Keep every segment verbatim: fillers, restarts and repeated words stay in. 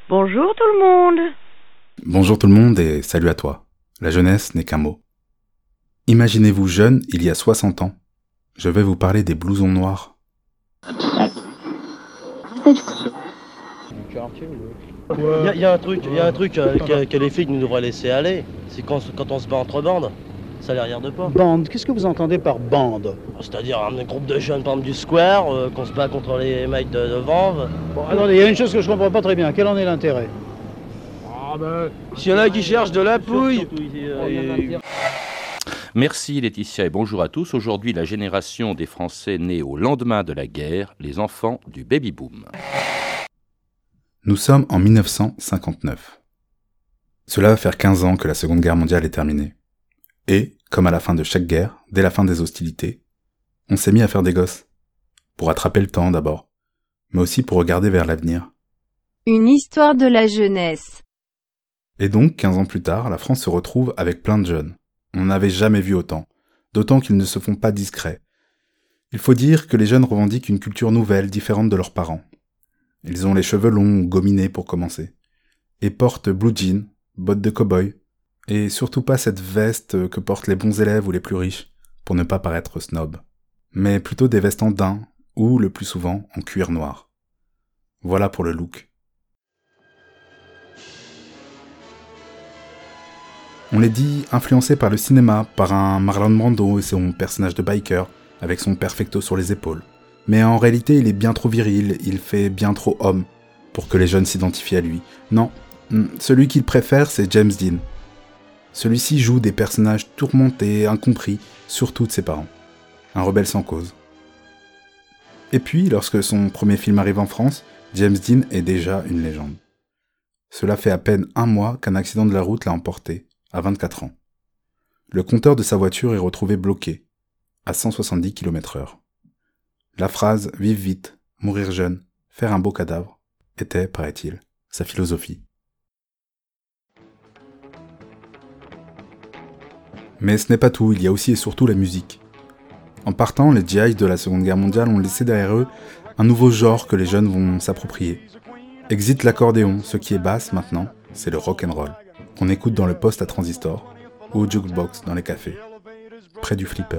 Bonjour tout le monde. Bonjour tout le monde et salut à toi. La jeunesse n'est qu'un mot. Imaginez-vous jeune il y a soixante ans. Je vais vous parler des blousons noirs. Il y, y a un truc, il y a un truc euh, que, que les filles nous devraient laisser aller. C'est quand, quand on se bat entre bandes. Ça les regarde pas. Bande, qu'est-ce que vous entendez par bande? C'est-à-dire un groupe de jeunes, par exemple, du square, euh, qu'on se bat contre les mecs de, de Vanves. Bon, attendez, il y a une chose que je comprends pas très bien. Quel en est l'intérêt? Ah ben, s'il y en a qui cherchent de la pouille. Merci Laetitia et bonjour à tous. Aujourd'hui, la génération des Français nés au lendemain de la guerre, les enfants du baby-boom. Nous sommes en mille neuf cent cinquante-neuf. Cela va faire quinze ans que la Seconde Guerre mondiale est terminée. Et, comme à la fin de chaque guerre, dès la fin des hostilités, on s'est mis à faire des gosses. Pour attraper le temps d'abord, mais aussi pour regarder vers l'avenir. Une histoire de la jeunesse. Et donc, quinze ans plus tard, la France se retrouve avec plein de jeunes. On n'avait jamais vu autant, d'autant qu'ils ne se font pas discrets. Il faut dire que les jeunes revendiquent une culture nouvelle, différente de leurs parents. Ils ont les cheveux longs ou gominés pour commencer, et portent blue jeans, bottes de cow-boy, et surtout pas cette veste que portent les bons élèves ou les plus riches, pour ne pas paraître snob, mais plutôt des vestes en daim, ou le plus souvent en cuir noir. Voilà pour le look. On les dit influencés par le cinéma, par un Marlon Brando et son personnage de biker, avec son perfecto sur les épaules. Mais en réalité, il est bien trop viril, il fait bien trop homme, pour que les jeunes s'identifient à lui. Non, celui qu'ils préfèrent, c'est James Dean. Celui-ci joue des personnages tourmentés, incompris, surtout de ses parents. Un rebelle sans cause. Et puis, lorsque son premier film arrive en France, James Dean est déjà une légende. Cela fait à peine un mois qu'un accident de la route l'a emporté, à vingt-quatre ans. Le compteur de sa voiture est retrouvé bloqué, à cent soixante-dix kilomètres heure. La phrase « vivre vite, mourir jeune, faire un beau cadavre » était, paraît-il, sa philosophie. Mais ce n'est pas tout, il y a aussi et surtout la musique. En partant, les G I de la Seconde Guerre mondiale ont laissé derrière eux un nouveau genre que les jeunes vont s'approprier. Exit l'accordéon, ce qui est basse maintenant, c'est le rock'n'roll, qu'on écoute dans le poste à transistor ou au jukebox dans les cafés, près du flipper.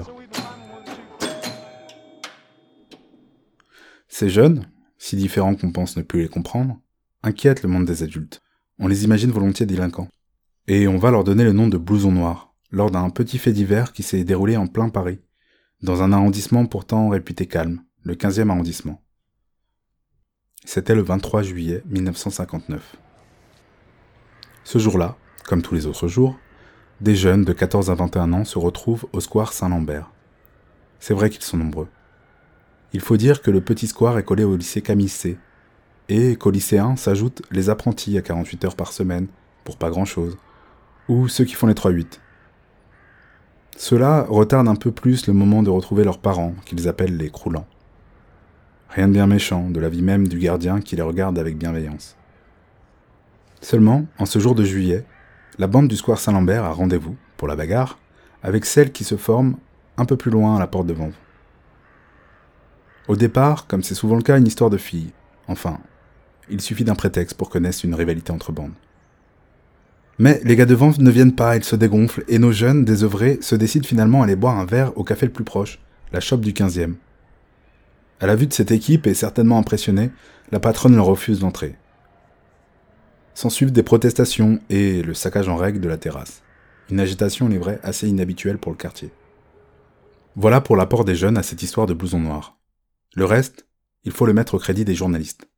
Ces jeunes, si différents qu'on pense ne plus les comprendre, inquiètent le monde des adultes. On les imagine volontiers délinquants. Et on va leur donner le nom de blousons noirs, lors d'un petit fait divers qui s'est déroulé en plein Paris, dans un arrondissement pourtant réputé calme, le quinzième arrondissement. C'était le vingt-trois juillet mille neuf cent cinquante-neuf. Ce jour-là, comme tous les autres jours, des jeunes de quatorze à vingt et un ans se retrouvent au square Saint-Lambert. C'est vrai qu'ils sont nombreux. Il faut dire que le petit square est collé au lycée Camille C, et qu'aux lycéens s'ajoutent les apprentis à quarante-huit heures par semaine, pour pas grand-chose, ou ceux qui font les trois huit. Cela retarde un peu plus le moment de retrouver leurs parents, qu'ils appellent les croulants. Rien de bien méchant, de l'avis même du gardien qui les regarde avec bienveillance. Seulement, en ce jour de juillet, la bande du square Saint-Lambert a rendez-vous, pour la bagarre, avec celle qui se forme un peu plus loin à la porte de Vanves. Au départ, comme c'est souvent le cas, une histoire de filles. Enfin, il suffit d'un prétexte pour que naisse une rivalité entre bandes. Mais les gars de Vanves ne viennent pas, ils se dégonflent, et nos jeunes, désœuvrés, se décident finalement à aller boire un verre au café le plus proche, la chope du quinzième. À la vue de cette équipe, et certainement impressionnée, la patronne leur refuse d'entrer. S'ensuivent des protestations et le saccage en règle de la terrasse. Une agitation, il est vrai, assez inhabituelle pour le quartier. Voilà pour l'apport des jeunes à cette histoire de blousons noirs. Le reste, il faut le mettre au crédit des journalistes.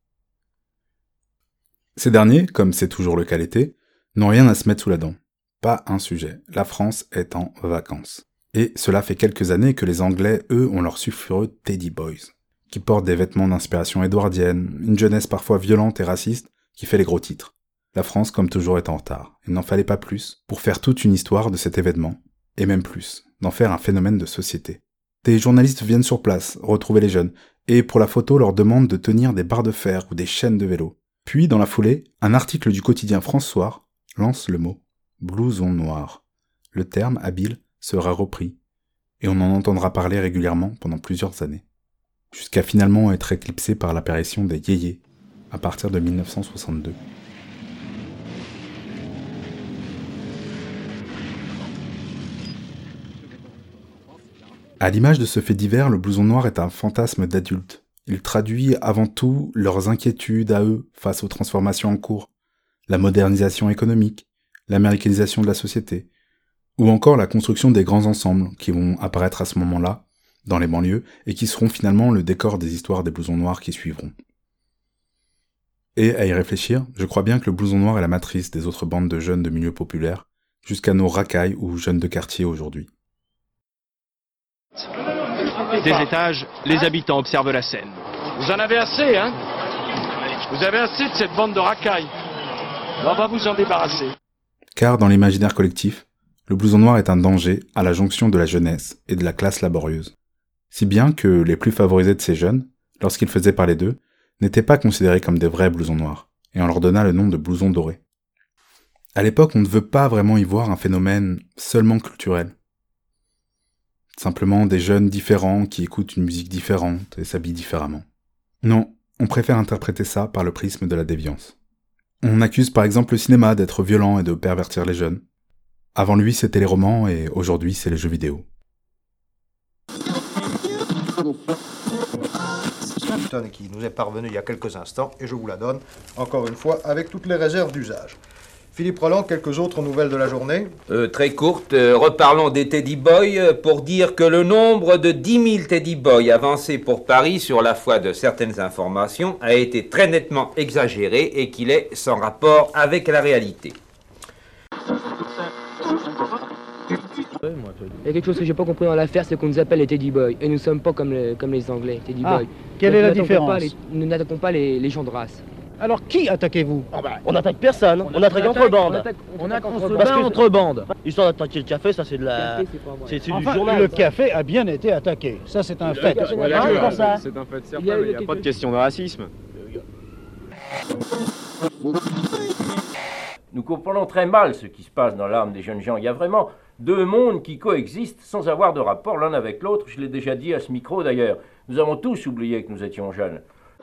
Ces derniers, comme c'est toujours le cas l'été, n'ont rien à se mettre sous la dent. Pas un sujet. La France est en vacances. Et cela fait quelques années que les Anglais, eux, ont leur sulfureux Teddy Boys, qui portent des vêtements d'inspiration édouardienne, une jeunesse parfois violente et raciste, qui fait les gros titres. La France, comme toujours, est en retard. Il n'en fallait pas plus pour faire toute une histoire de cet événement, et même plus, d'en faire un phénomène de société. Des journalistes viennent sur place, retrouver les jeunes, et pour la photo leur demandent de tenir des barres de fer ou des chaînes de vélo. Puis, dans la foulée, un article du quotidien France Soir lance le mot « blouson noir ». Le terme habile sera repris, et on en entendra parler régulièrement pendant plusieurs années, jusqu'à finalement être éclipsé par l'apparition des yéyés, à partir de mille neuf cent soixante-deux. À l'image de ce fait divers, le blouson noir est un fantasme d'adulte. Il traduit avant tout leurs inquiétudes à eux face aux transformations en cours, la modernisation économique, l'américanisation de la société, ou encore la construction des grands ensembles qui vont apparaître à ce moment-là, dans les banlieues, et qui seront finalement le décor des histoires des blousons noirs qui suivront. Et à y réfléchir, je crois bien que le blouson noir est la matrice des autres bandes de jeunes de milieux populaires, jusqu'à nos racailles ou jeunes de quartier aujourd'hui. Des étages, les habitants observent la scène. Vous en avez assez, hein? Vous avez assez de cette bande de racailles. On va vous en débarrasser. Car dans l'imaginaire collectif, le blouson noir est un danger à la jonction de la jeunesse et de la classe laborieuse. Si bien que les plus favorisés de ces jeunes, lorsqu'ils faisaient parler d'eux, n'étaient pas considérés comme des vrais blousons noirs, et on leur donna le nom de blousons dorés. À l'époque, on ne veut pas vraiment y voir un phénomène seulement culturel. Simplement des jeunes différents qui écoutent une musique différente et s'habillent différemment. Non, on préfère interpréter ça par le prisme de la déviance. On accuse par exemple le cinéma d'être violent et de pervertir les jeunes. Avant lui, c'était les romans et aujourd'hui, c'est les jeux vidéo. Qui nous est parvenue il y a quelques instants, et je vous la donne, encore une fois, avec toutes les réserves d'usage. Philippe Roland, quelques autres nouvelles de la journée? euh, Très courte, euh, reparlons des Teddy Boys euh, pour dire que le nombre de dix mille Teddy Boys avancés pour Paris sur la foi de certaines informations a été très nettement exagéré et qu'il est sans rapport avec la réalité. Il y a quelque chose que j'ai pas compris dans l'affaire, c'est qu'on nous appelle les Teddy Boys, et nous sommes pas comme les, comme les Anglais, Teddy Ah, Boys. quelle Donc, est la nous différence pas les- Nous n'attaquons pas les, les gens de race. Alors qui attaquez-vous? Ah bah, on n'attaque personne, on, attaque entre On bandes. attaque, on attaque entre Parce bandes. que- entre bandes. Histoire d'attaquer le café, ça c'est de la... Café, c'est pas vrai. C'est c'est du Enfin, journal. le ça. café a bien été attaqué. Ça, c'est un fait. café n'a Voilà, rien c'est à pour ça. C'est un fait certain, Il y a- mais il y il a n'y a pas de quelque- question de racisme. Nous comprenons très mal ce qui se passe dans l'âme des jeunes gens. Il y a vraiment deux mondes qui coexistent sans avoir de rapport l'un avec l'autre. Je l'ai déjà dit à ce micro d'ailleurs. Nous avons tous oublié que nous étions jeunes.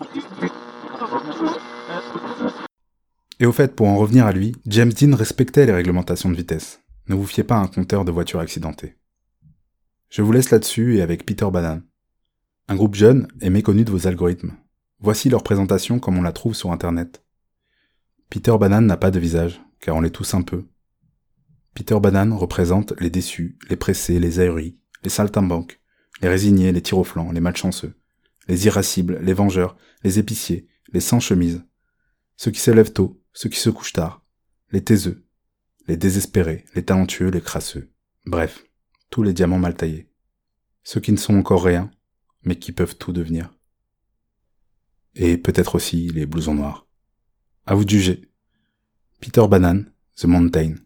Et au fait, pour en revenir à lui, James Dean respectait les réglementations de vitesse. Ne vous fiez pas à un compteur de voitures accidentées. Je vous laisse là-dessus et avec Peter Banane. Un groupe jeune et méconnu de vos algorithmes. Voici leur présentation comme on la trouve sur Internet. Peter Banane n'a pas de visage, car on l'est tous un peu. Peter Banane représente les déçus, les pressés, les ahuris, les saltimbanques, les résignés, les tirs au flanc, les malchanceux, les irascibles, les vengeurs, les épiciers, les sans-chemises, ceux qui se lèvent tôt, ceux qui se couchent tard, les taiseux, les désespérés, les talentueux, les crasseux. Bref, tous les diamants mal taillés. Ceux qui ne sont encore rien, mais qui peuvent tout devenir. Et peut-être aussi les blousons noirs. À vous de juger. Peter Banane, The Mountain.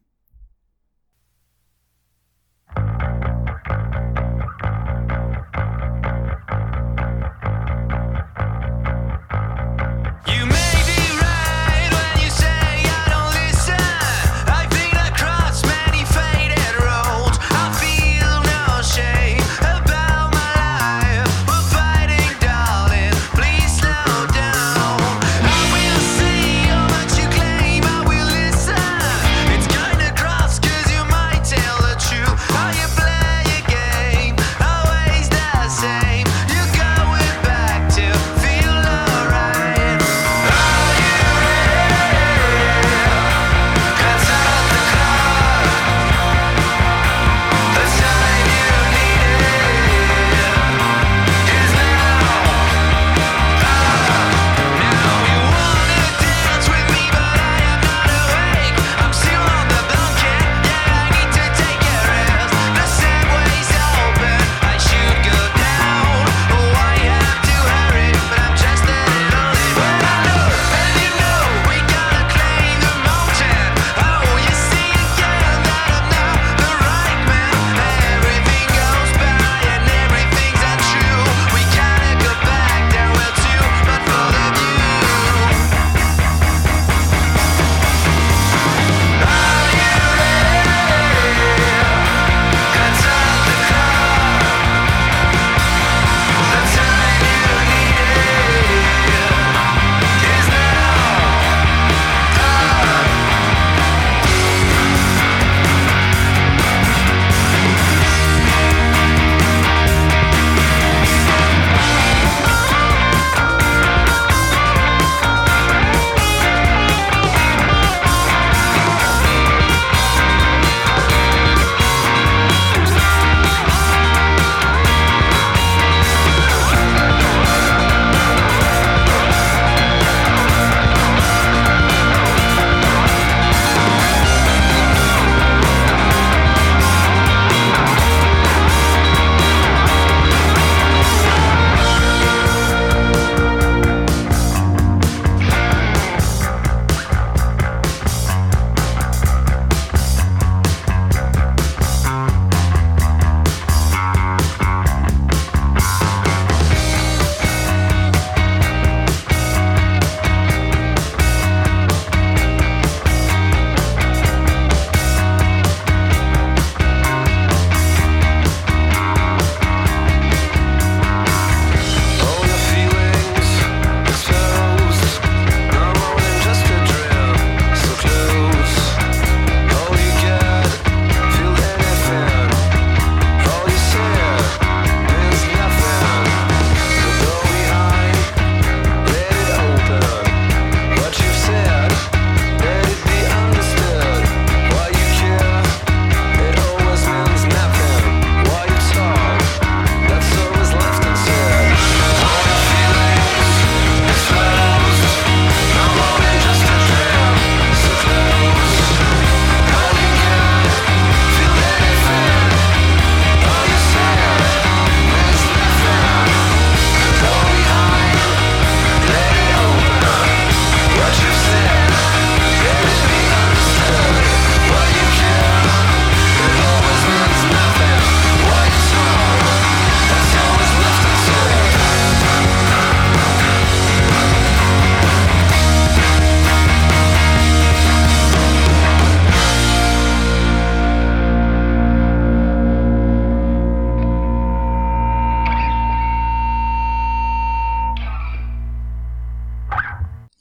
It's kind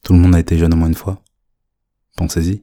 Tout le monde a été jeune au moins une fois. Pensez-y.